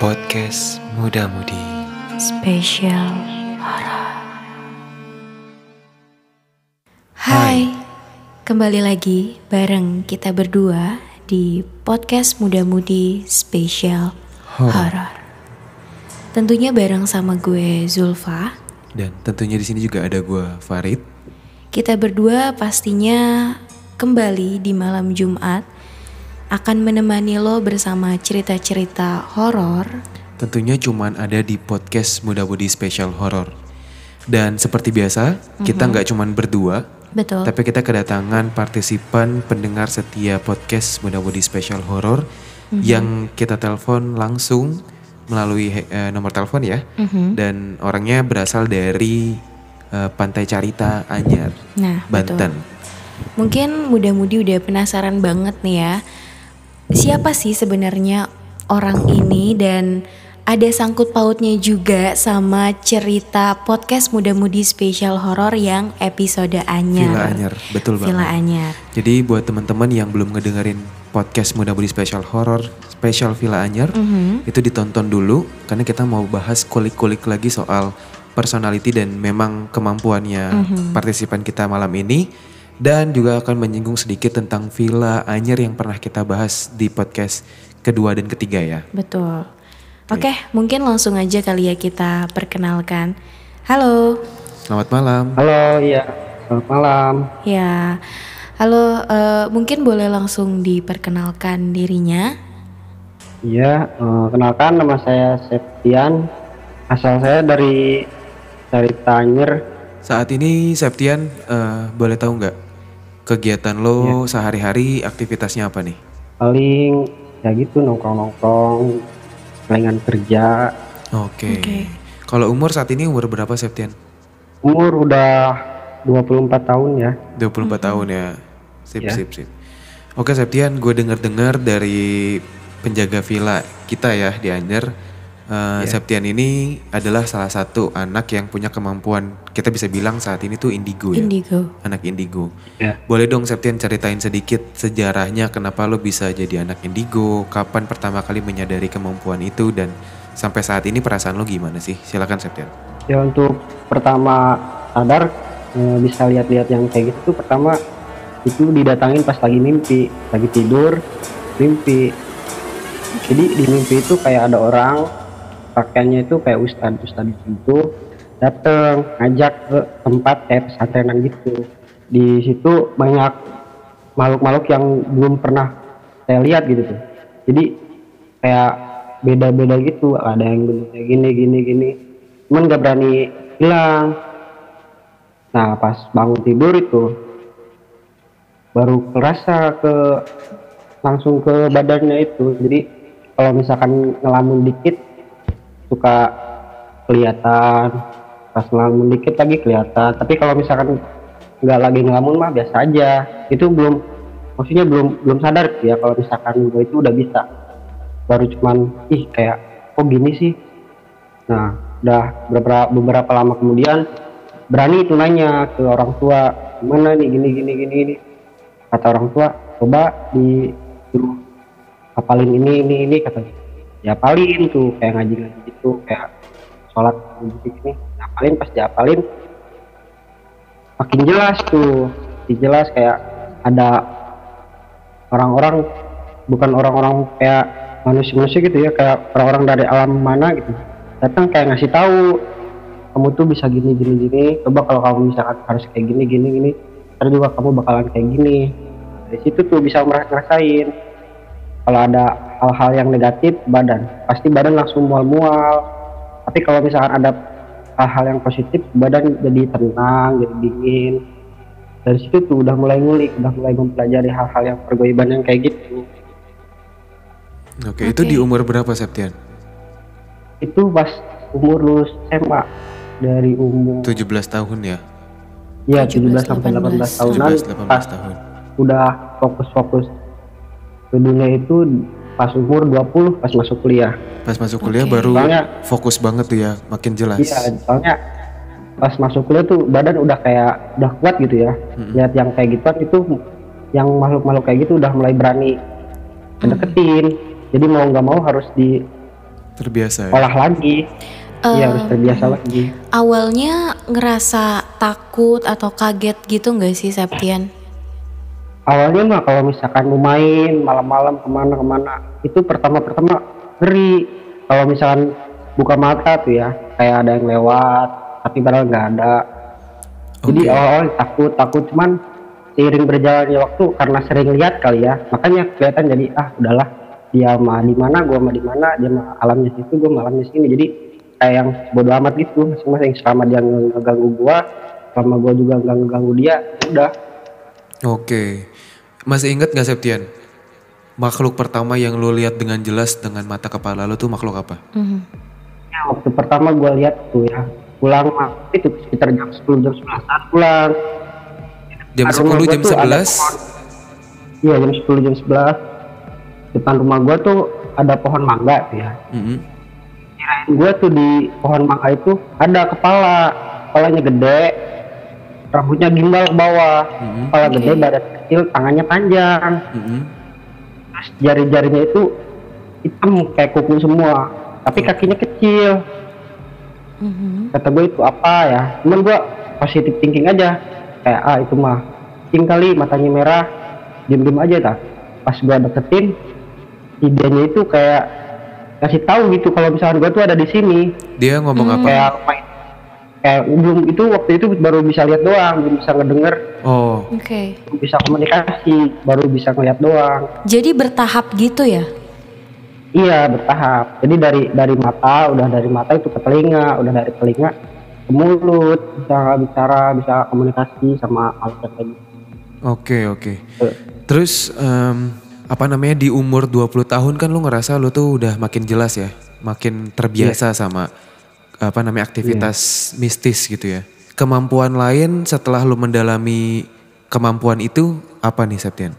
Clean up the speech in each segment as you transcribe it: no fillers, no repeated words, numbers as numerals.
Podcast Muda-Mudi Spesial Horor. Hai, kembali lagi bareng kita berdua di Podcast Muda-Mudi Spesial Horor. Tentunya bareng sama gue Zulfa. Dan tentunya di sini juga ada gue Farid. Kita berdua pastinya kembali di malam Jumat akan menemani lo bersama cerita-cerita horor. Tentunya cuman ada di Podcast Muda-Mudi Spesial Horor. Dan seperti biasa, kita nggak cuman berdua. Betul. Tapi kita kedatangan partisipan pendengar setia Podcast Muda-Mudi Spesial Horor yang kita telepon langsung melalui nomor telepon ya. Dan orangnya berasal dari Pantai Carita Anyar, Banten. Betul. Mungkin muda-mudi udah penasaran banget nih ya. Siapa sih sebenarnya orang ini dan ada sangkut pautnya juga sama cerita Podcast Muda-Mudi Spesial Horor yang episode Anyar. Villa Anyar, betul banget. Villa Anyar. Jadi buat teman-teman yang belum ngedengerin Podcast Muda-Mudi Spesial Horor Spesial Villa Anyar, itu ditonton dulu karena kita mau bahas kulik-kulik lagi soal personality dan memang kemampuannya partisipan kita malam ini. Dan juga akan menyinggung sedikit tentang Villa Anyar yang pernah kita bahas di podcast kedua dan ketiga ya. Betul. Oke, mungkin langsung aja kali ya kita perkenalkan. Halo. Selamat malam. Halo, iya. Selamat malam. Ya, halo. Mungkin boleh langsung diperkenalkan dirinya. Iya, kenalkan nama saya Septian. Asal saya dari Anyar. Saat ini Septian boleh tahu nggak kegiatan lo sehari-hari aktivitasnya apa nih? Paling ya gitu nongkrong-nongkrong, palingan kerja. Oke. Kalau umur saat ini umur berapa Septian? Umur udah 24 tahun ya. 24 tahun ya. Sip. Oke Septian, gue dengar dari penjaga villa kita ya di Anyar. Septian ini adalah salah satu anak yang punya kemampuan, kita bisa bilang saat ini tuh indigo ya. Anak indigo. Boleh dong Septian ceritain sedikit sejarahnya kenapa lo bisa jadi anak indigo, kapan pertama kali menyadari kemampuan itu dan sampai saat ini perasaan lo gimana sih? Silakan Septian. Ya untuk pertama sadar bisa lihat-lihat yang kayak gitu tuh pertama itu didatangin pas lagi mimpi, lagi tidur, mimpi. Jadi di mimpi itu kayak ada orang pakaiannya itu kayak ustadz itu datang ngajak ke tempat kayak pesantrenan gitu. Di situ banyak makhluk-makhluk yang belum pernah saya lihat gitu tuh. Jadi kayak beda-beda gitu, ada yang bentuknya gini. Cuman nggak berani bilang. Nah pas bangun tidur itu baru kerasa langsung ke badannya itu. Jadi kalau misalkan ngelamun dikit suka kelihatan, pas ngelamun dikit lagi kelihatan. Tapi kalau misalkan nggak lagi ngelamun mah biasa aja. Itu maksudnya belum sadar ya kalau misalkan gue itu udah bisa. Baru cuman kayak kok gini sih. Nah udah beberapa lama kemudian berani itu nanya ke orang tua, gimana nih gini. Kata orang tua, coba disuruh hafalin ini katanya. Diapalin tuh kayak ngaji gitu, kayak sholat gini, hafalin. Pas diapalin makin jelas kayak ada orang-orang, bukan orang-orang kayak manusia gitu ya, kayak orang-orang dari alam mana gitu datang kayak ngasih tahu, kamu tuh bisa gini, coba kalau kamu misalkan harus kayak gini, ntar juga kamu bakalan kayak gini. Dari situ tuh bisa ngerasain kalau ada hal-hal yang negatif badan, pasti badan langsung mual-mual. Tapi kalau misalkan ada hal-hal yang positif, badan jadi tenang, jadi dingin. Dari situ tuh udah mulai ngulik, udah mulai mempelajari hal-hal yang pergoiban yang kayak gitu. Oke, itu di umur berapa Septian? Itu pas umur lulus SMA, dari umur 17 tahun ya? Iya, 17 sampai 18 tahunan. 17-18 tahun. Udah fokus ke dunia itu pas umur 20, pas masuk kuliah. Pas masuk kuliah baru fokus banget tuh ya, makin jelas. Iya, soalnya pas masuk kuliah tuh badan udah kuat gitu ya. Lihat yang kayak gitu itu, yang makhluk-makhluk kayak gitu udah mulai berani deketin. Jadi mau nggak mau harus Terbiasa ya. olah lagi. Iya harus terbiasa lagi. Awalnya ngerasa takut atau kaget gitu nggak sih Septian? Awalnya mah kalau misalkan mau main malam-malam kemana-kemana itu pertama-pertama ngeri. Kalau misalkan buka mata tuh ya kayak ada yang lewat tapi padahal nggak ada. Jadi Oke. awal takut cuman seiring berjalannya waktu karena sering lihat kali ya makanya kelihatan jadi udahlah dia mah di mana gua mah di mana, dia mah alamnya situ gua mah alamnya sini. Jadi kayak yang bodo amat gitu masing-masing, selama dia nggak ngeganggu gua, selama gua juga nggak ngeganggu dia, udah. Oke. Masih ingat gak Septian? Makhluk pertama yang lu lihat dengan jelas dengan mata kepala lu tuh makhluk apa? Ya, waktu pertama gua lihat tuh ya pulang itu sekitar jam 10 jam 11 pulang. Jam Depan rumah 10, gua jam tuh ada 11? pohon. Iya jam 10 jam 11 depan rumah gua tuh ada pohon mangga tuh ya. Mm-mm. Gua tuh di pohon mangga itu ada kepalanya gede, rambutnya gimbal ke bawah, kepala gede, badan kecil, tangannya panjang, Mm-mm. terus jari-jarinya itu hitam kayak kuku semua, tapi kakinya kecil. Kata gue itu apa ya? Cuman gue positif thinking aja, kayak itu mah cing kali, matanya merah, diem-diem aja dah. Pas gue deketin, idenya itu kayak kasih tahu gitu kalau misalkan gue tuh ada di sini. Dia ngomong apa? Kayak belum itu waktu itu baru bisa lihat doang, belum bisa ngedenger, Oh, Oke. belum bisa komunikasi, baru bisa ngeliat doang. Jadi bertahap gitu ya? Iya bertahap. Jadi dari mata, udah dari mata itu ke telinga, udah dari telinga ke mulut, bisa bicara, bisa komunikasi sama alat kayak gitu. oke. Terus apa namanya di umur 20 tahun kan lu ngerasa lu tuh udah makin jelas ya, makin terbiasa sama apa namanya aktivitas mistis gitu ya. Kemampuan lain setelah lu mendalami kemampuan itu apa nih Septian?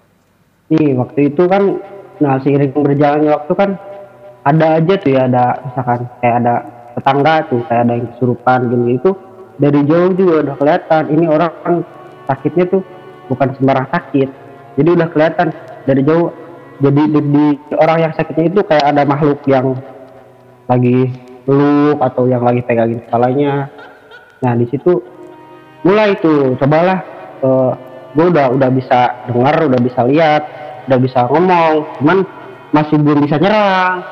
Nih waktu itu kan, nah seiring berjalannya waktu kan ada aja tuh ya, ada misalkan kayak ada tetangga tuh kayak ada yang kesurupan gini itu dari jauh juga udah kelihatan ini orang kan sakitnya tuh bukan sembarang sakit, jadi udah kelihatan dari jauh. Jadi di orang yang sakitnya itu kayak ada makhluk yang lagi peluk atau yang lagi pegangin kepalanya. Nah di situ mulai tuh cobalah, gue udah bisa dengar, udah bisa lihat, udah bisa ngomong, cuman masih belum bisa nyerang,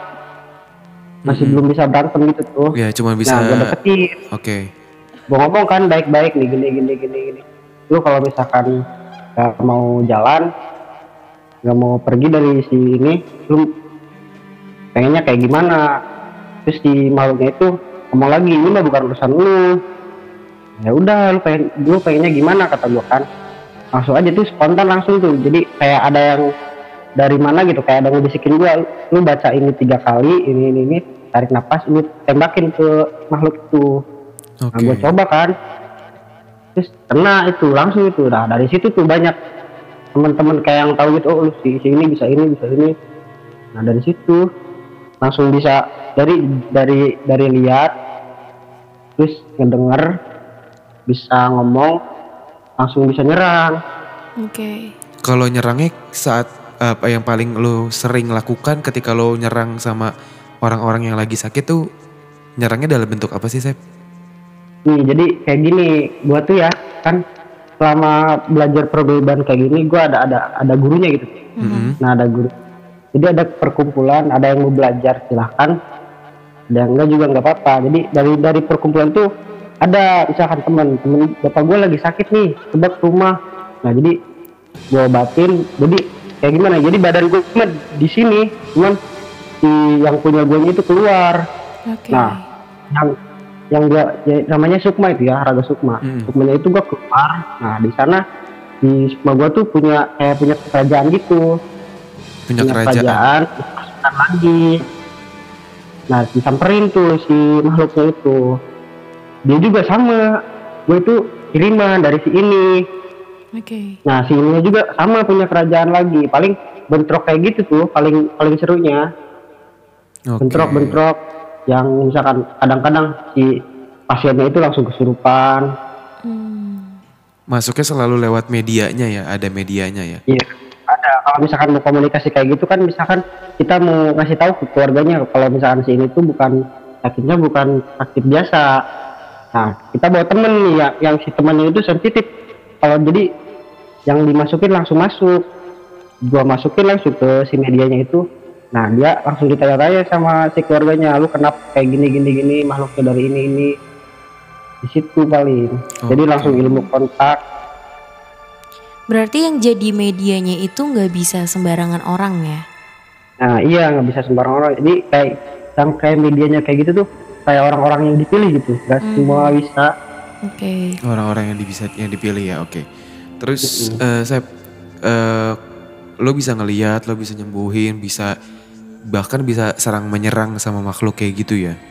masih belum bisa berantem gitu tuh. Ya cuma bisa. Nah gue deketin, Oke. gue ngomong kan baik-baik nih gini. Lu kalau misalkan gak mau jalan, gak mau pergi dari si ini, lu pengennya kayak gimana? Terus si makhluknya itu ngomong lagi, ini mah bukan urusan lu. Ya udah, lu pengennya gimana, kata gua kan. Langsung aja tuh spontan langsung tuh. Jadi kayak ada yang dari mana gitu, kayak ada yang ngebisikin gua, lu baca ini 3 kali, ini, tarik napas, ini tembakin ke makhluk itu. Nah Oke. gua coba kan, terus kena itu langsung itu. Nah dari situ tuh banyak teman-teman kayak yang tahu gitu, oh lu si ini bisa ini. Nah dari situ langsung bisa dari lihat, terus ngedenger, bisa ngomong, langsung bisa nyerang. Oke. Kalau nyerangnya saat apa yang paling lo sering lakukan ketika lo nyerang sama orang-orang yang lagi sakit tuh nyerangnya dalam bentuk apa sih Sep? Nih jadi kayak gini, gua tuh ya kan selama belajar pergaulan kayak gini, gua ada gurunya gitu. Nah ada guru, jadi ada perkumpulan, ada yang mau belajar silahkan, ada yang enggak juga nggak apa-apa. Jadi dari perkumpulan tuh ada misalkan temen bapak gue lagi sakit nih, coba ke rumah. Nah jadi gue obatin, jadi kayak gimana, jadi badan gue cuma di sini, cuman si yang punya gue itu keluar. Oke. Nah yang dia ya, namanya sukma itu ya, raga sukma. Sukmanya itu gue keluar. Nah di sana di sukma gue tuh punya kerajaan gitu, Punya kerajaan. pasukan lagi. Nah disamperin tuh si makhluknya itu, dia juga sama, gue itu kiriman dari si ini. Oke. Nah si ini juga sama punya kerajaan lagi, paling bentrok kayak gitu tuh paling serunya. Oke. Bentrok yang misalkan kadang-kadang si pasiennya itu langsung kesurupan. Masuknya selalu lewat medianya ya, ada medianya ya. Iya ada kalau misalkan mau komunikasi kayak gitu kan, misalkan kita mau ngasih tahu ke keluarganya kalau misalkan si ini tuh bukan sakit biasa. Nah, kita bawa temen nih ya, yang si temannya itu sensitif. Kalau jadi yang dimasukin langsung masuk, gua masukin langsung ke si medianya itu. Nah, dia langsung ditanya-tanya sama si keluarganya, lu kenapa kayak gini, makhluknya dari ini. Di situ paling. Jadi langsung ilmu kontak. Berarti yang jadi medianya itu nggak bisa sembarangan orang ya? Nah, iya, nggak bisa sembarang orang. Jadi kayak medianya kayak gitu tuh kayak orang-orang yang dipilih gitu. Gak semua bisa. Oke. Orang-orang yang dipilih ya, oke. Terus lo bisa ngelihat, lo bisa nyembuhin, bahkan bisa serang menyerang sama makhluk kayak gitu ya.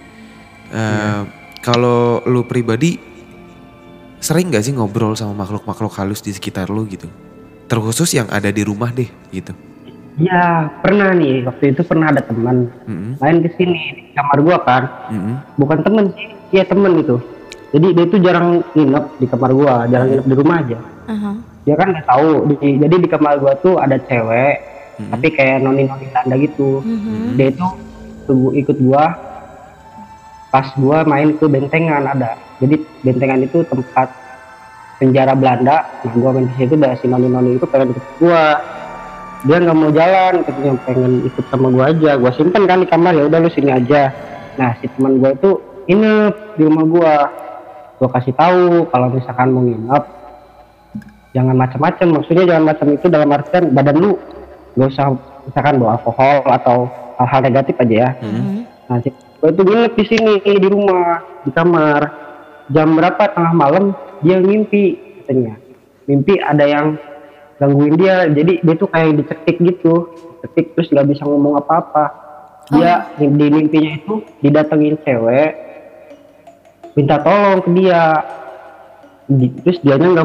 Kalau lo pribadi sering gak sih ngobrol sama makhluk-makhluk halus di sekitar lo gitu? Terkhusus yang ada di rumah deh gitu. Ya pernah nih, waktu itu pernah ada teman main ke sini di kamar gua kan. Bukan temen sih, iya temen gitu. Jadi dia tuh jarang nginep di kamar gua, jarang nginep di rumah aja. Dia kan nggak tahu. Jadi di kamar gua tuh ada cewek, tapi kayak noni-noni tanda gitu. Dia itu ikut gua pas gua main ke bentengan ada. Jadi bentengan itu tempat penjara Belanda. Nah, gua main di situ, dari si noni-noni itu pengen ikut gua. Dia nggak mau jalan, katanya pengen ikut sama gua aja. Gua simpen kan di kamar, ya udah lu sini aja. Nah, si teman gua itu nginep di rumah gua. Gua kasih tahu kalau misalkan mau nginep jangan macam-macam. Maksudnya jangan macam itu dalam artian badan lu gak usah misalkan bawa alkohol atau hal-hal negatif aja ya. Nah, si gua itu nginep di sini di rumah, di kamar. Jam berapa, tengah malam dia mimpi katanya. Mimpi ada yang gangguin dia, jadi dia tuh kayak dicekik gitu, terus nggak bisa ngomong apa-apa. Dia di mimpinya itu didatengin cewek, minta tolong ke dia, terus dianya nggak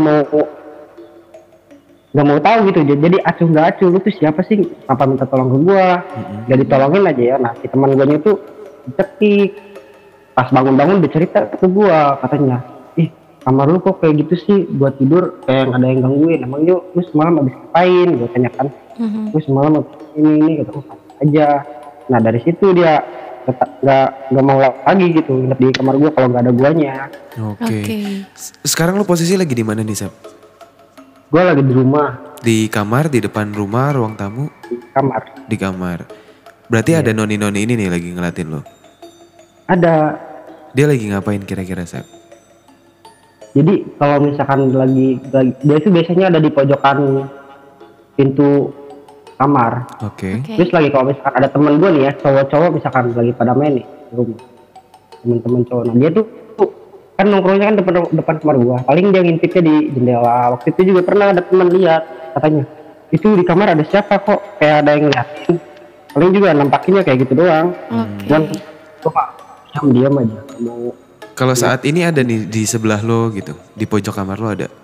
mau tahu gitu. Jadi acuh nggak acuh, lu tuh siapa sih, apa minta tolong ke gua? Gak ditolongin aja ya. Nah, si teman gua itu dicekik. Pas bangun-bangun dia cerita ke gua, katanya, ih kamar lu kok kayak gitu sih, gua tidur kayak nggak ada yang gangguin. Emang lu semalam habis ngapain? Gua tanya kan. Lu semalam habis ini kata aja. Nah, dari situ dia nggak mau lagi gitu nginep di kamar gua kalau nggak ada guanya. Oke. Sekarang lu posisi lagi di mana nih, Sep? Gua lagi di rumah. Di kamar, di depan rumah, ruang tamu? Di kamar. Berarti ada noni-noni ini nih lagi ngeliatin lo? Ada. Dia lagi ngapain kira-kira, Sep? Jadi kalau misalkan lagi dia tuh biasanya ada di pojokan pintu kamar. Oke. Terus lagi kalau misalkan ada teman gue nih ya, cowok-cowok misalkan lagi pada main nih di rumah, teman-teman cowok. Nah, dia tuh kan nongkrongnya kan depan kamar gua. Paling dia ngintipnya di jendela. Waktu itu juga pernah ada teman lihat, katanya itu di kamar ada siapa kok kayak ada yang ngeliatin. Paling juga nampakinnya kayak gitu doang. Dan cuma diam aja. Kalau saat ini ada nih di sebelah lo gitu, di pojok kamar lo ada?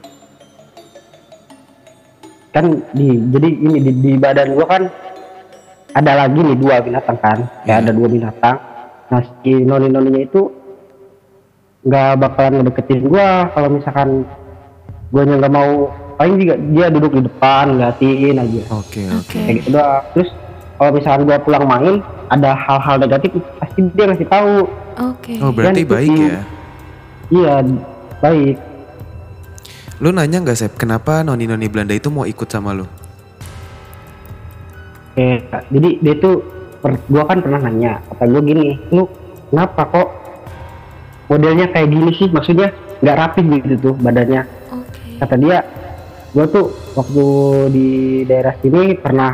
Kan jadi ini di badan gua kan ada lagi nih 2 binatang kan, kayak ada 2 binatang. Nah, si noni-noninya itu nggak bakalan ngedeketin gua kalau misalkan guanya nggak mau. Paling juga dia duduk di depan ngeliatin aja. Oke. Kayak gitu doang. Terus kalau misalkan gua pulang main ada hal-hal negatif pasti dia ngasih tahu. Oke. Oh, berarti baik ya? Iya, baik. Lu nanya nggak, Sep, kenapa noni-noni Belanda itu mau ikut sama lu? Jadi dia tuh, gua kan pernah nanya, kata gua gini, lu kenapa kok modelnya kayak gini sih? Maksudnya nggak rapih gitu tuh badannya. Kata dia, gua tuh waktu di daerah sini pernah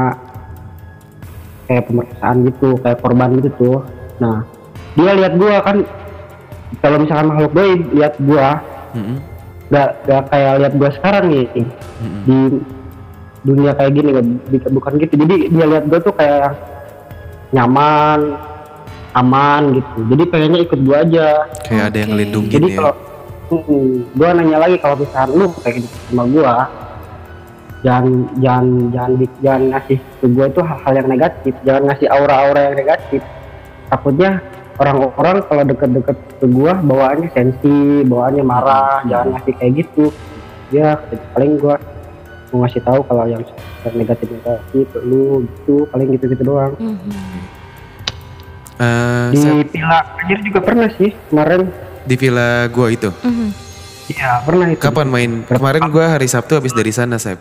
kayak pemeriksaan gitu, kayak korban gitu tuh. Nah, dia lihat gua kan, kalau misalkan makhluk gue lihat gua, gak kayak lihat gua sekarang nih di dunia kayak gini, bukan gitu. Jadi dia lihat gua tuh kayak nyaman, aman gitu. Jadi pengennya ikut gua aja. Kayak ada yang ngelindungin. Jadi ya. kalau gua nanya lagi, kalau misalkan lu kayak gitu sama gua, jangan ngasih ke gua itu hal-hal yang negatif, jangan ngasih aura-aura yang negatif. Takutnya orang-orang kalau deket-deket ke gua bawaannya sensi, bawaannya marah. Jangan ngasih kayak gitu ya. Paling gua mau ngasih tahu kalau yang negatif lu gitu, paling gitu doang. Di villa Anjir juga pernah sih kemarin. Di villa gua itu. Iya pernah itu. Kapan main? Kemarin gua hari Sabtu habis dari sana, Sep.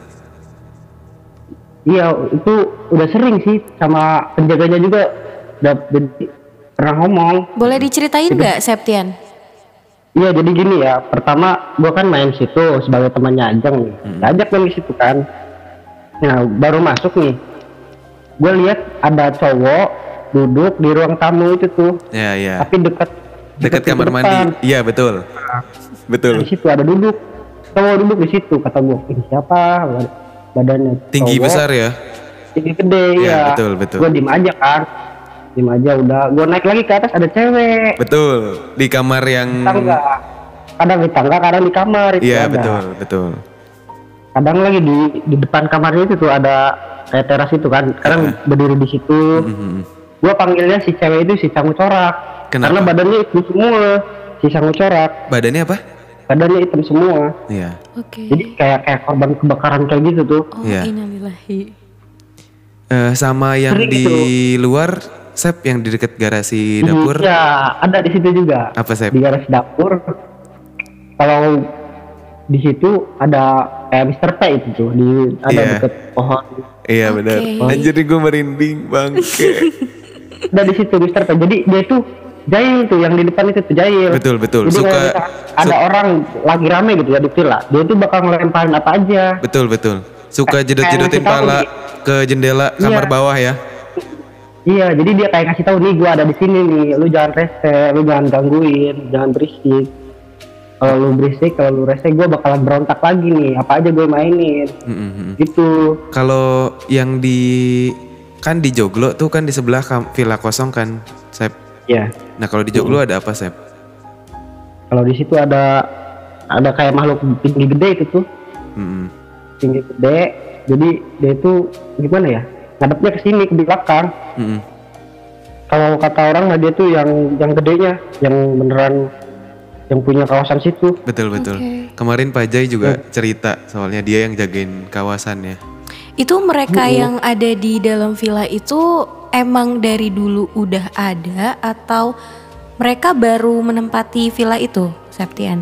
Iya itu udah sering sih, sama penjaganya juga udah pernah ngomong. Boleh diceritain nggak, Septian? Iya jadi gini ya, pertama gua kan main situ sebagai temannya Ajeng nih, ajak main di situ kan. Nah baru masuk nih, gue lihat ada cowok duduk di ruang tamu itu tuh. Iya. Tapi dekat kamar mandi. Iya betul. Betul. Di situ ada cowok duduk di situ. Kata gue, ini siapa? Badannya tinggi cowok, besar ya? Tinggi gede ya. Betul. Gue diem aja kan. Diem aja udah. Gue naik lagi ke atas ada cewek. Betul. Di kamar yang tangga. Kadang di tangga, kadang di kamar itu. Iya ada. betul. Kadang lagi di depan kamarnya itu tuh ada kayak teras itu kan. Kadang berdiri di situ. Gue panggilnya si cewek itu si Sangu Corak. Kenapa? Karena badannya hitam semua. Si Sangu Corak. Badannya apa? Badannya hitam semua. Iya. Oke. Jadi kayak korban kebakaran kayak gitu tuh. Oh, Iya. innalillahi. Sama yang Sering di gitu. luar, Sep, yang di dekat garasi dapur. Iya, ada di situ juga. Apa, Sep? Di garasi dapur. Kalau di situ ada kayak Mr. T itu tuh, ada Iya. deket pohon. Iya Oke. benar. Anjir gue merinding bangke. Ada di situ Mr. T. Jadi dia tuh jahil tuh, yang di depan itu tuh jahil. Betul. Jadi kalau misalkan ada orang lagi rame gitu ya di villa, dia tuh bakal ngelemparin apa aja. Betul. Suka jedot-jedotin ngasih tahu pala nih. ke jendela kamar Iya. bawah ya. Iya, jadi dia kayak ngasih tahu nih, gua ada di sini nih, lu jangan rese, lu jangan gangguin, jangan berisik. Kalau lu berisik, kalau lu rese, gua bakalan berontak lagi nih, apa aja gue mainin. Gitu. Kalau yang kan di Joglo tuh kan di sebelah villa kosong kan, Sep. Ya. Nah kalau di Joglo ada apa, Sep? Kalau di situ ada kayak makhluk tinggi gede itu tuh. Tinggi gede, jadi dia itu gimana ya, ngadepnya ke sini, ke belakang. Kalau kata orang mah dia tuh yang gedenya, yang beneran yang punya kawasan situ. Betul. Oke. Kemarin Pak Jai juga cerita soalnya dia yang jagain kawasannya. Itu mereka yang ada di dalam villa itu emang dari dulu udah ada atau mereka baru menempati villa itu, Septian?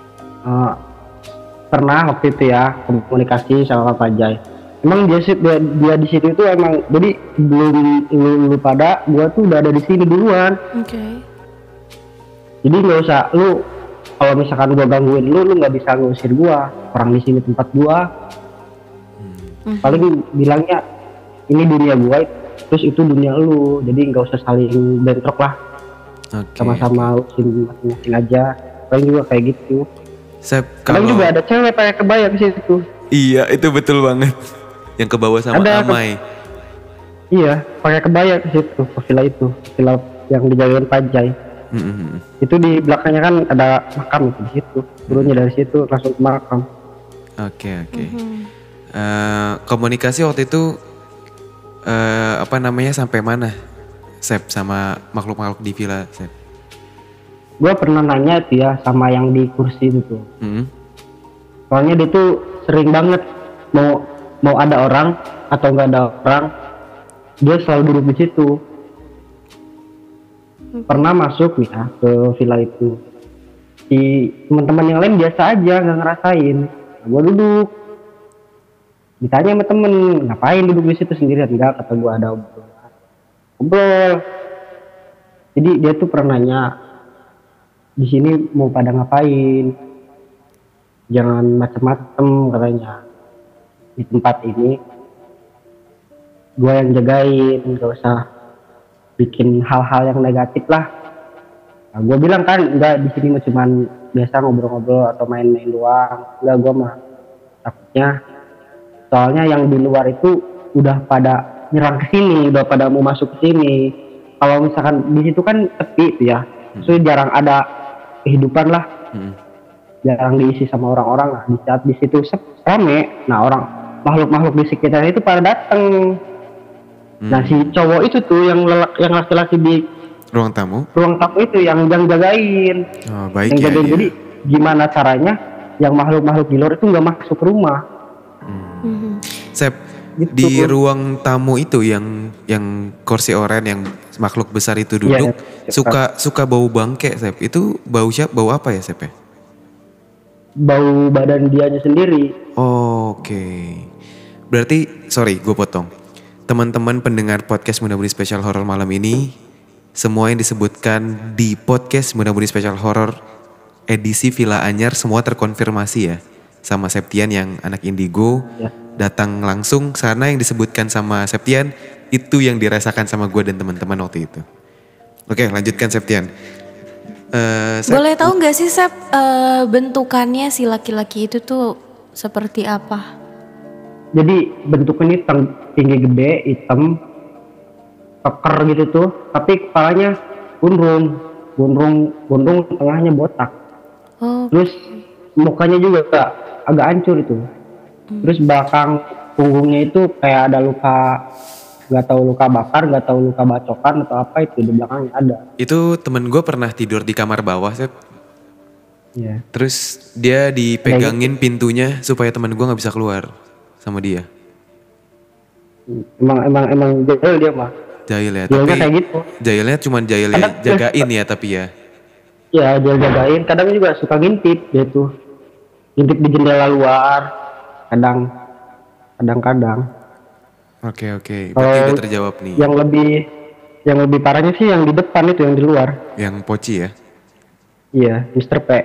Pernah waktu itu ya komunikasi sama Pak Jai. Emang dia di situ itu emang, jadi belum lu pada, gua tuh udah ada di sini duluan. Oke. Jadi nggak usah lu, kalau misalkan gua gangguin lu nggak bisa ngusir gua. Orang di sini tempat gua. Paling bilangnya ini dunia gua, terus itu dunia lu. Jadi nggak usah saling bentrok lah. Oke. Sama-sama usin masing-masing aja. Paling juga kayak gitu. Sep, Kadang kalau juga ada cewek pakai kebaya di situ. iya itu betul banget. Yang ke bawah sama Ada, Amai. Iya, pakai kebaya ke situ, ke villa itu, villa yang dijagain Pak Jai. Itu di belakangnya kan ada makam itu di situ. Turunnya dari situ langsung ke makam. Oke. Komunikasi waktu itu sampai mana, Sep, sama makhluk-makhluk di villa, Sep? Gue pernah nanya itu ya sama yang di kursi itu tuh. Soalnya dia tuh sering banget mau ada orang atau nggak ada orang, dia selalu duduk di situ. Pernah masuk nih ya ke villa itu, si teman-teman yang lain biasa aja nggak ngerasain. Nah, gue duduk, ditanya sama temen, ngapain duduk di situ sendirian? Enggak, kata gue ada ngobrol. Jadi dia tuh pernah nanya, di sini mau pada ngapain? Jangan macem-macem katanya. Di tempat ini gue yang jagain, gak usah bikin hal-hal yang negatif lah. Nah, gue bilang kan enggak, di sini cuma biasa ngobrol-ngobrol atau main-main doang. Enggak, gue mah takutnya, soalnya yang di luar itu udah pada nyerang ke sini, udah pada mau masuk ke sini. Kalau misalkan di situ kan sepi itu ya, so jarang ada kehidupan lah. Jarang diisi sama orang-orang lah. Di saat di situ rame, nah orang makhluk-makhluk di sekitar itu pada dateng. Nah si cowok itu tuh yang laki-laki di Ruang tamu itu yang jagain. Oh baik yang ya jagain. dia. Jadi gimana caranya yang makhluk-makhluk di luar itu nggak masuk ke rumah? Sep, Gitu. di ruang tamu itu yang kursi oren yang makhluk besar itu duduk, suka bau bangke, Sep. Itu bau bau apa ya, Sep? Bau badan dianya sendiri. Oke. Berarti, sorry gue potong. Teman-teman pendengar podcast Muda Mudi Spesial Horor malam ini, semua yang disebutkan di podcast Muda Mudi Spesial Horor edisi Villa Anyar semua terkonfirmasi ya. Sama Septian yang anak indigo, datang langsung sana yang disebutkan sama Septian, itu yang dirasakan sama gue dan teman-teman waktu itu. Oke, lanjutkan Septian. Boleh tahu nggak sih Sep, bentukannya si laki-laki itu tuh seperti apa? Jadi bentuknya tinggi gede, hitam, keker gitu tuh, tapi kepalanya gondrong, tengahnya botak. Terus mukanya juga agak hancur itu. Terus belakang punggungnya itu kayak ada luka, nggak tahu luka bakar, nggak tahu luka bacokan atau apa itu di belakangnya ada. Itu temen gue pernah tidur di kamar bawah, Sep. Iya. Terus dia dipegangin pintunya supaya teman gue nggak bisa keluar sama dia. Emang jahil dia mah. Jahil ya, Jahilnya tapi kayak gitu. jahilnya cuma jahil ya, jagain ya tapi ya. Ya jahil jagain. Kadang juga suka ngintip dia tuh. Ngintip di jendela luar. Kadang-kadang. Oke. Berarti udah terjawab nih. Yang lebih parahnya sih yang di depan itu, yang di luar. Yang Poci ya? Iya, Mr. P.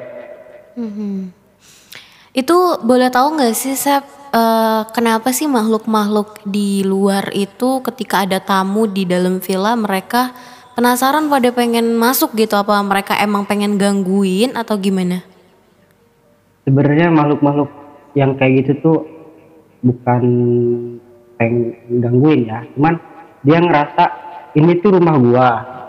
Itu boleh tahu nggak sih Sep, kenapa sih makhluk-makhluk di luar itu ketika ada tamu di dalam villa mereka penasaran pada pengen masuk gitu? Apa mereka emang pengen gangguin atau gimana? Sebenarnya makhluk-makhluk yang kayak gitu tuh bukan pengen gangguin ya, cuman dia ngerasa ini tuh rumah gua.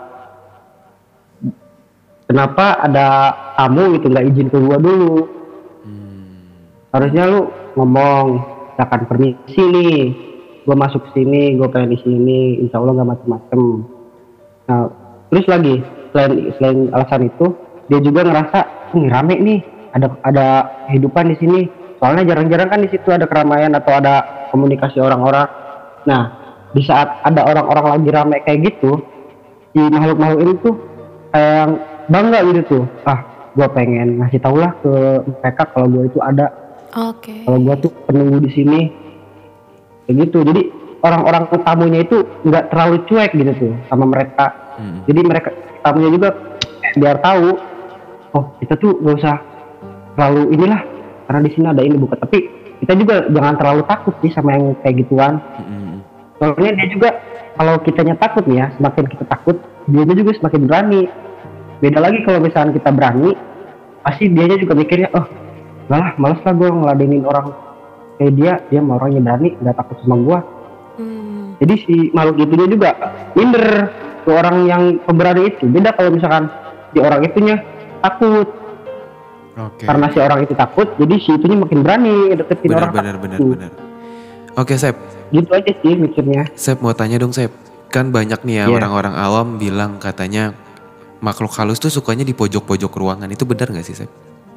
Kenapa ada tamu gitu nggak izin ke gua dulu? Harusnya lu ngomong, misalkan permisi nih, gua masuk sini, gua pengen di sini, insya Allah nggak macem-macem. Nah, terus lagi selain alasan itu, dia juga ngerasa ini rame nih, ada kehidupan di sini. Soalnya jarang-jarang kan di situ ada keramaian atau ada komunikasi orang-orang. Nah, di saat ada orang-orang lagi rame kayak gitu, si makhluk-makhluk ini tuh kayak bangga gitu tuh. Gua pengen ngasih tau lah ke mereka kalau gua itu ada. Oke. Kalau gua tuh penunggu di sini. Kayak gitu. Jadi orang-orang tamunya itu nggak terlalu cuek gitu tuh sama mereka. Jadi mereka tamunya juga biar tahu, oh kita tuh nggak usah terlalu inilah karena di sini ada ini bukan. Tapi kita juga jangan terlalu takut sih sama yang kayak gituan. Soalnya dia juga kalau kitanya takut nih ya, semakin kita takut, dianya juga semakin berani. Beda lagi kalau misalkan kita berani, pasti dianya juga mikirnya, oh enggak lah, males lah gue ngeladenin orang kayak dia mah orangnya berani, nggak takut sama gue. Jadi si makhluk itunya juga minder ke orang yang pemberani itu. Beda kalau misalkan si orang itunya takut. Karena si orang itu takut, jadi si itunya makin berani deketin orang. Benar. Oke, Sep. Gitu aja sih mikirnya. Sep, mau tanya dong, Sep. Kan banyak nih ya orang-orang awam bilang katanya makhluk halus tuh sukanya di pojok-pojok ruangan. Itu benar gak sih, Sep?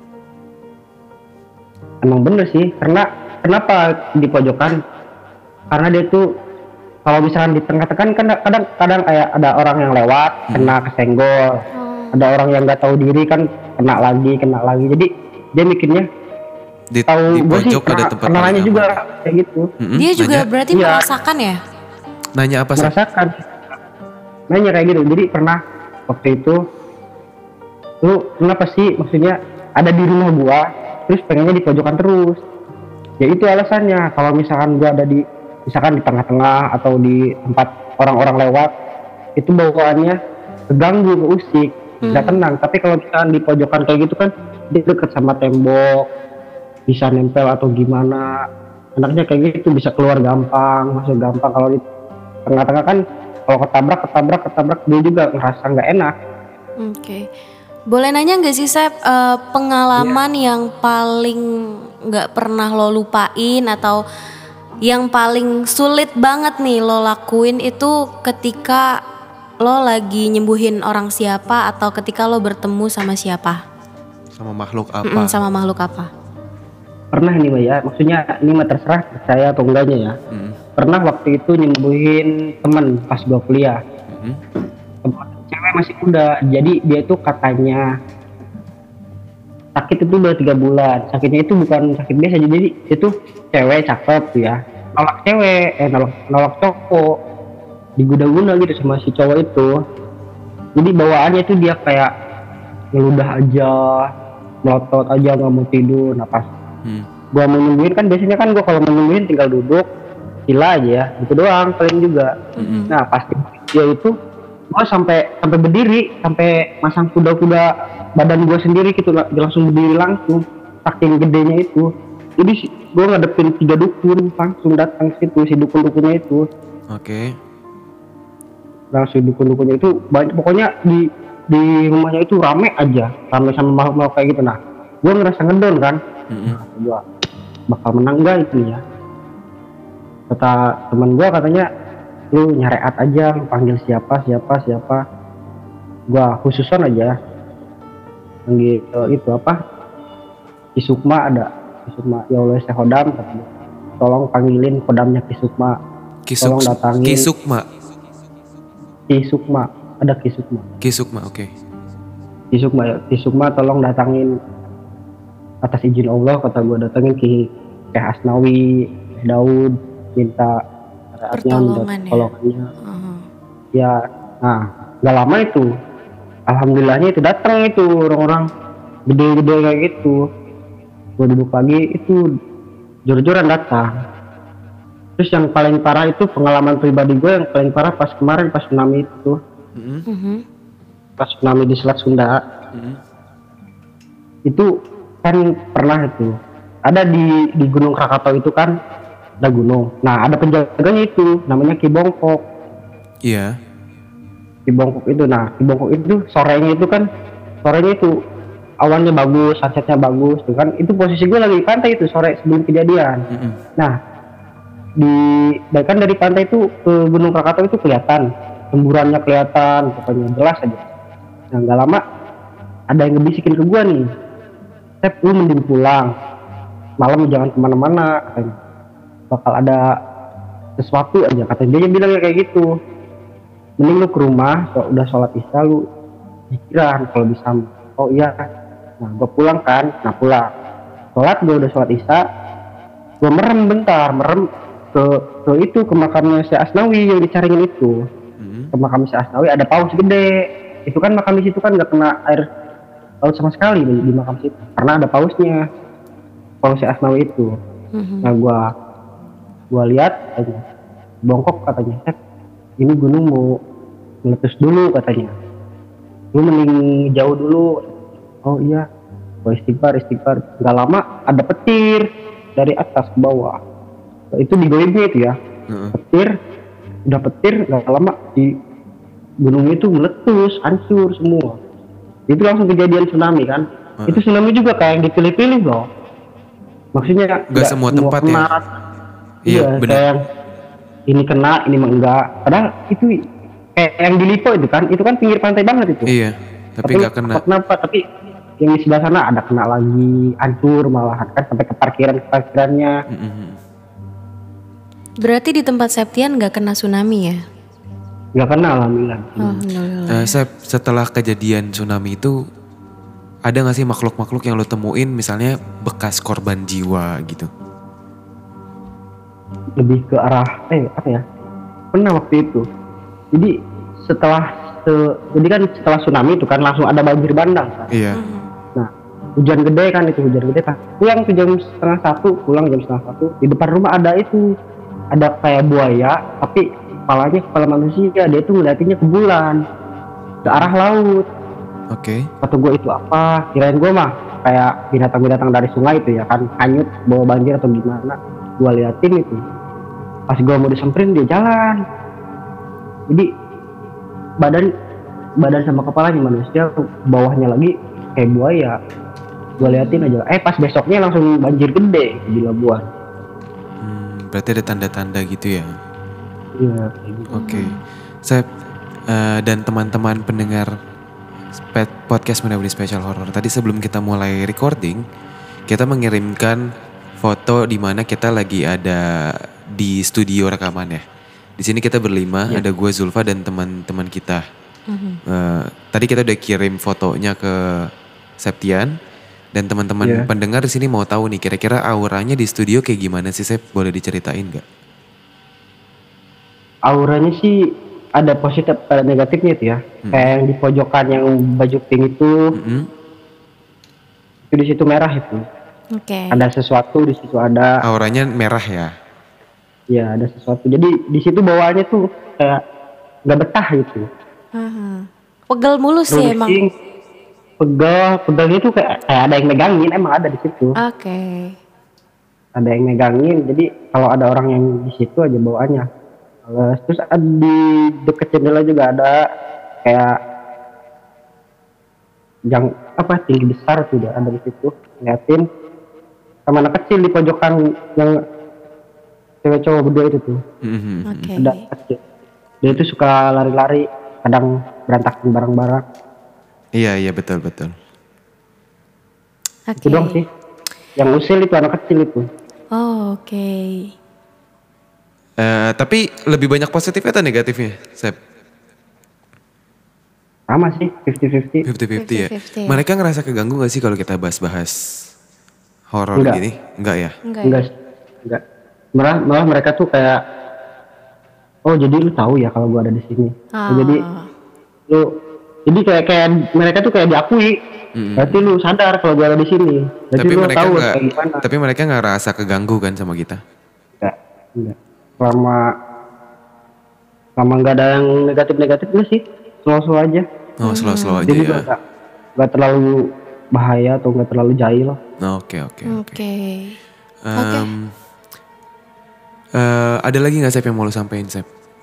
Emang bener sih, karena kenapa di pojokan? Karena dia tuh kalau misalkan di tengah-tengah kan kadang kayak ada orang yang lewat kena kesenggol, ada orang yang nggak tahu diri kan kena lagi. Jadi dia mikirnya di pojok ada tempat kenalannya juga kayak gitu. Dia juga berarti merasakan ya? Nanya apa sih? Merasakan. Nanya kayak gitu. Jadi pernah waktu itu, lu kenapa sih maksudnya ada di rumah gua terus pengennya di pojokan terus? Ya itu alasannya. Kalau misalkan gua ada misalkan di tengah-tengah atau di tempat orang-orang lewat, itu bawaannya keganggu, keusik, nggak tenang. Tapi kalau misalkan di pojokan kayak gitu kan dia deket sama tembok, bisa nempel atau gimana, enaknya kayak gitu, bisa keluar gampang, masuk gampang. Kalau di tengah-tengah kan kalau ketabrak dia juga ngerasa nggak enak. Oke. Boleh nanya nggak sih Sep, pengalaman yang paling nggak pernah lo lupain atau yang paling sulit banget nih lo lakuin itu ketika lo lagi nyembuhin orang siapa atau ketika lo bertemu sama siapa? Sama makhluk apa? Sama makhluk apa? pernah nih Mbak ya, maksudnya ini mah terserah percaya atau enggaknya ya. Pernah waktu itu nyembuhin temen pas gua kuliah. Cewek masih muda, jadi dia tuh katanya sakit itu udah 3 bulan. Sakitnya itu bukan sakit biasa, jadi itu cewek cakep tuh ya, nolak cewek, nolak cowok, diguna-guna gitu sama si cowok itu. Jadi bawaannya tuh dia kayak ngeludah aja, melotot aja, nggak mau tidur. Nah pas gua mau nyembuhin kan, biasanya kan gua kalau mau nyembuhin tinggal duduk sila aja ya, itu doang paling juga. Nah pasti dia itu gua sampai berdiri, sampai masang kuda-kuda badan gua sendiri gitu, langsung berdiri langsung, saking gedenya itu. Jadi gua ngadepin 3 dukun langsung datang situ, si dukun-dukunnya itu. Oke. Langsung dukun-dukunnya itu banyak, pokoknya di rumahnya itu rame aja, rame sama makhluk kayak gitu. Nah gua ngerasa ngedon kan, gua bakal menang gak itu ya. Kata teman gua katanya, lu nyareat aja, lu panggil siapa. Gua khususon aja panggil itu apa, Kisukma, ada Kisukma, ya Allah sehodam, katanya tolong panggilin kodamnya Kisukma, tolong datangin Kisukma, ada Kisukma, oke. Kisukma tolong datangin atas izin Allah, kata gua, datangin Ki Asnawi, Daud, minta pertolongannya. Ya, nah gak lama itu alhamdulillahnya itu datang itu orang-orang gede-gede kayak gitu. Gue duduk lagi itu jor-joran datang. Terus yang paling parah itu pengalaman pribadi gue, yang paling parah pas kemarin pas tsunami itu. Pas tsunami di Selat Sunda. Itu kan pernah itu ada di Gunung Krakatau itu kan, ada gunung. Nah ada penjaganya itu namanya Ki Bongkok. Iya. Ki Bongkok itu, nah Ki Bongkok itu sorenya itu awannya bagus, sunsetnya bagus tuh kan. Itu posisi gue lagi di pantai itu sore sebelum kejadian. Nah bahkan dari pantai itu ke Gunung Krakatau itu kelihatan semburannya, kelihatan pokoknya jelas aja. Nah nggak lama ada yang ngebisikin ke gue nih, Sep, lu mending pulang, malam jangan kemana-mana, katanya bakal ada sesuatu aja, katanya dia bilangnya kayak gitu. Mending lu ke rumah, udah sholat isya lu pikiran kalau bisa. Oh iya. Nah gue pulang kan, pulang sholat, gue udah sholat isya, gue merem ke itu, ke makamnya si Asnawi yang dicaringin itu. Ke makam si Asnawi ada paus gede. Itu kan makam di situ kan nggak kena air laut sama sekali di makam situ, karena ada pausnya, paus si Asnawi itu. Nah gue lihat aja bongkok, katanya, ini gunung mau meletus dulu, katanya, lu mending jauh dulu. Oh iya, gue istighfar. Gak lama ada petir dari atas ke bawah, itu di goibnya itu ya. Petir gak lama di gunung itu meletus, hancur semua. Itu langsung kejadian tsunami kan. Itu tsunami juga kayak yang dipilih-pilih loh, maksudnya gak semua tempat kena, ya. Iya benar. Kayak ini kena, ini mah enggak. Padahal itu kayak yang di Lipo itu kan pinggir pantai banget itu. Iya, tapi nggak kena. Kenapa? Tapi yang di sebelah sana ada kena lagi, hancur malahan kan, sampai ke parkirannya. Berarti di tempat Septian nggak kena tsunami ya? Nggak kena, alhamdulillah. Setelah kejadian tsunami itu, ada nggak sih makhluk-makhluk yang lo temuin, misalnya bekas korban jiwa gitu? Lebih ke arah apa ya, pernah waktu itu, jadi setelah tsunami itu kan langsung ada banjir bandang kan. Iya. Nah hujan gede kan, pulang tuh jam 1:30, di depan rumah ada kayak buaya, tapi kepalanya kepala manusia, dia tuh ngeliatinnya ke bulan, ke arah laut. Oke. Kata gue itu apa, kirain gue mah kayak binatang-binatang dari sungai itu ya kan, hanyut bawa banjir atau gimana. Gue liatin itu, pas gue mau disamperin dia jalan, jadi badan sama kepalanya manusia, bawahnya lagi kayak buaya. Gue liatin aja, pas besoknya langsung banjir gede di Labuan. Berarti ada tanda-tanda gitu ya? Iya kayak gitu. Oke. Sep, dan teman-teman pendengar podcast Menabdi Special Horror, tadi sebelum kita mulai recording, kita mengirimkan foto di mana kita lagi ada di studio rekaman ya. Di sini kita berlima, ada gue, Zulfa dan teman-teman kita. Tadi kita udah kirim fotonya ke Septian dan teman-teman pendengar di sini mau tahu nih kira-kira auranya di studio kayak gimana sih, Sep? Boleh diceritain nggak? Auranya sih ada positif ada negatifnya itu ya. Kayak yang di pojokan yang baju pink itu di situ merah itu. Oke. Ada sesuatu di situ, ada Auranya merah ya? ya ada sesuatu. Jadi di situ bawaannya tuh kayak nggak betah gitu. Pegel mulu sih emang. Pegelnya tuh kayak ada yang megangin, emang ada di situ. Oke. Ada yang megangin, jadi kalau ada orang yang di situ aja bawaannya. Terus di dekat jendela juga ada kayak yang tinggi besar tuh ada di situ, liatin sama anak kecil di pojokan yang cewek cowok berdua itu tuh. Oke. Ada kecil. Dia itu suka lari-lari, kadang berantakan barang-barang. Iya betul. Oke. Itu dong sih. Yang usil itu anak kecil itu. Oh, oke. Tapi lebih banyak positifnya atau negatifnya, Sep? Sama sih, 50-50. 50-50 ya. 50-50. Mereka ngerasa keganggu gak sih kalau kita bahas-bahas horor Enggak. gini? Enggak ya? Enggak. Malah mereka tuh kayak, oh jadi lu tahu ya kalau gua ada di sini. Jadi kayak mereka tuh kayak diakui. Berarti lu sadar kalau gua ada di sini. Berarti Tapi lu mereka tahu nggak. kayak gimana. Tapi mereka nggak rasa keganggu kan sama kita? Enggak. Selama nggak ada yang negatif-negatifnya sih, slow aja. Oh slow aja Jadi ya. nggak terlalu bahaya atau nggak terlalu jahil. Oke. Oke. Ada lagi nggak, Sep, yang mau lu sampein, Sep?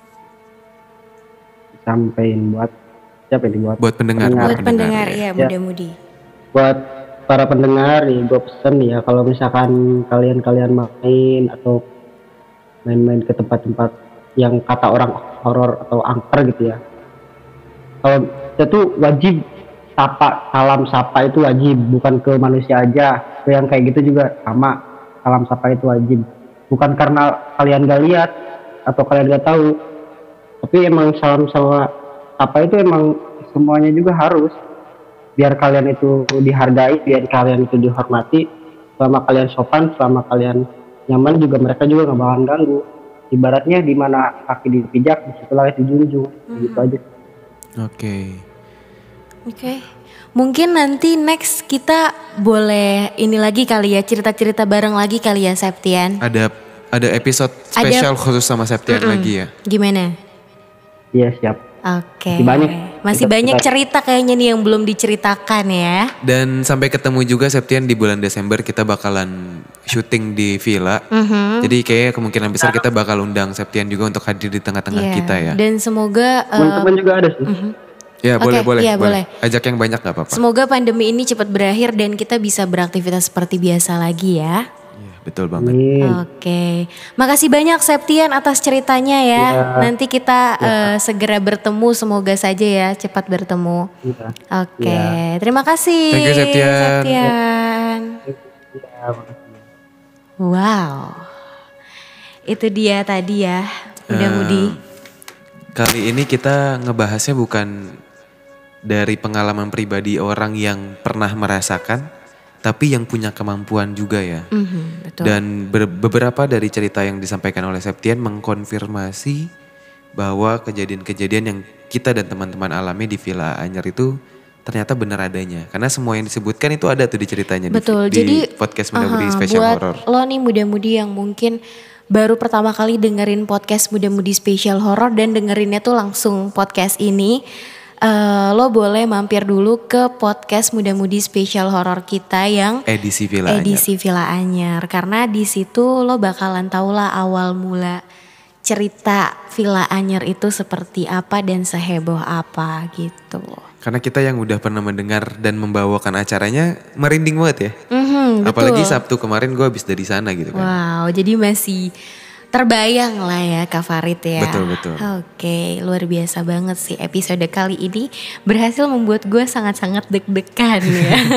Sampein buat siapa ini, buat Buat pendengar. Buat pendengar ya. ya, muda-mudi. Buat para pendengar nih, gue pesen ya kalau misalkan kalian main atau main-main ke tempat-tempat yang kata orang horor atau angker gitu ya, kalau itu wajib salam sapa itu wajib, bukan ke manusia aja, ke yang kayak gitu juga sama, salam sapa itu wajib, bukan karena kalian gak lihat atau kalian gak tahu, tapi emang salam sapa itu emang semuanya juga harus, biar kalian itu dihargai, biar kalian itu dihormati. Selama kalian sopan, selama kalian nyaman juga, mereka juga nggak bakalan ganggu. Ibaratnya di mana kaki dipijak, di situ langit dijunjung. Gitu aja. Oke. Mungkin nanti next kita boleh ini lagi kali ya, cerita-cerita bareng lagi kali ya, Septian. Ada episode spesial khusus sama Septian lagi ya. Gimana? Iya, siap. Oke. Masih Masih banyak cerita kayaknya nih yang belum diceritakan ya. Dan sampai ketemu juga, Septian, di bulan Desember kita bakalan syuting di villa. Jadi kayak kemungkinan besar kita bakal undang Septian juga untuk hadir di tengah-tengah kita ya. Dan semoga Teman-teman juga ada sih. Ya Oke, boleh. iya, boleh. Ajak yang banyak gak apa-apa. Semoga pandemi ini cepat berakhir dan kita bisa beraktivitas seperti biasa lagi ya. Iya, betul banget. Oke, makasih banyak Septian atas ceritanya ya. Nanti kita segera bertemu, semoga saja ya cepat bertemu. Iya. Oke, terima kasih. Thank you, Septian. Wow, itu dia tadi ya, muda-mudi. Kali ini kita ngebahasnya bukan dari pengalaman pribadi orang yang pernah merasakan, tapi yang punya kemampuan juga ya. Betul. Dan beberapa dari cerita yang disampaikan oleh Septian mengkonfirmasi bahwa kejadian-kejadian yang kita dan teman-teman alami di Villa Anyer itu ternyata benar adanya. Karena semua yang disebutkan itu ada tuh di ceritanya. Betul, di jadi podcast Muda-Mudi Special buat Horror. lo nih muda-mudi yang mungkin baru pertama kali dengerin podcast Muda-Mudi Special Horror dan dengerinnya tuh langsung podcast ini, lo boleh mampir dulu ke podcast Muda-Mudi Special Horror kita yang Edisi Villa Anyer. Karena di situ lo bakalan tahu lah awal mula cerita Villa Anyer itu seperti apa dan seheboh apa gitu. Karena kita yang udah pernah mendengar dan membawakan acaranya merinding banget ya. Betul. Apalagi Sabtu kemarin gue habis dari sana gitu kan. Wow, jadi masih terbayang lah ya Kak Farid ya. Betul. Oke, luar biasa banget sih episode kali ini berhasil membuat gue sangat-sangat deg-degan ya.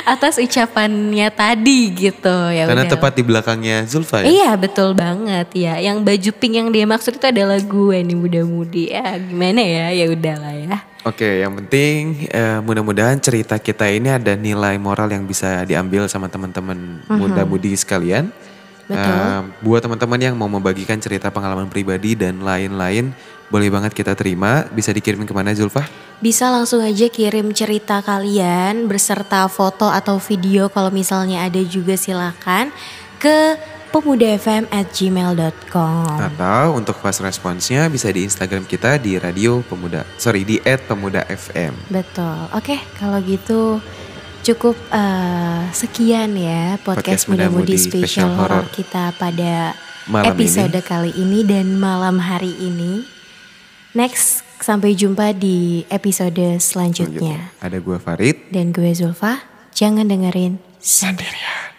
atas ucapannya tadi gitu ya. Karena udah. tepat di belakangnya Zulfa ya. Iya betul banget ya. Yang baju pink yang dia maksud itu adalah gue nih muda-mudi. Ya gimana ya, ya udahlah ya. Oke, yang penting mudah-mudahan cerita kita ini ada nilai moral yang bisa diambil sama teman-teman muda-mudi sekalian. Betul. Buat teman-teman yang mau membagikan cerita pengalaman pribadi dan lain-lain, boleh banget kita terima. Bisa dikirim kemana Zulfa? Bisa langsung aja kirim cerita kalian beserta foto atau video kalau misalnya ada juga silakan ke pemudafm@gmail.com. Atau untuk fast responsnya bisa di Instagram kita di di @pemudafm. Betul. Oke, kalau gitu cukup sekian ya podcast Muda-Mudi Special Horror kita pada Malam episode ini. kali ini dan malam hari ini. Next, sampai jumpa di episode selanjutnya. Ada gue Farid. Dan gue Zulfa. Jangan dengerin sendirian.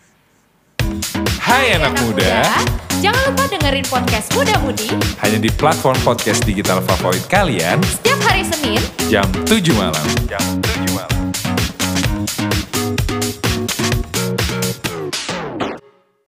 Hai anak muda, Jangan lupa dengerin podcast Muda-Mudi hanya di platform podcast digital favorit kalian setiap hari Senin jam 7 malam.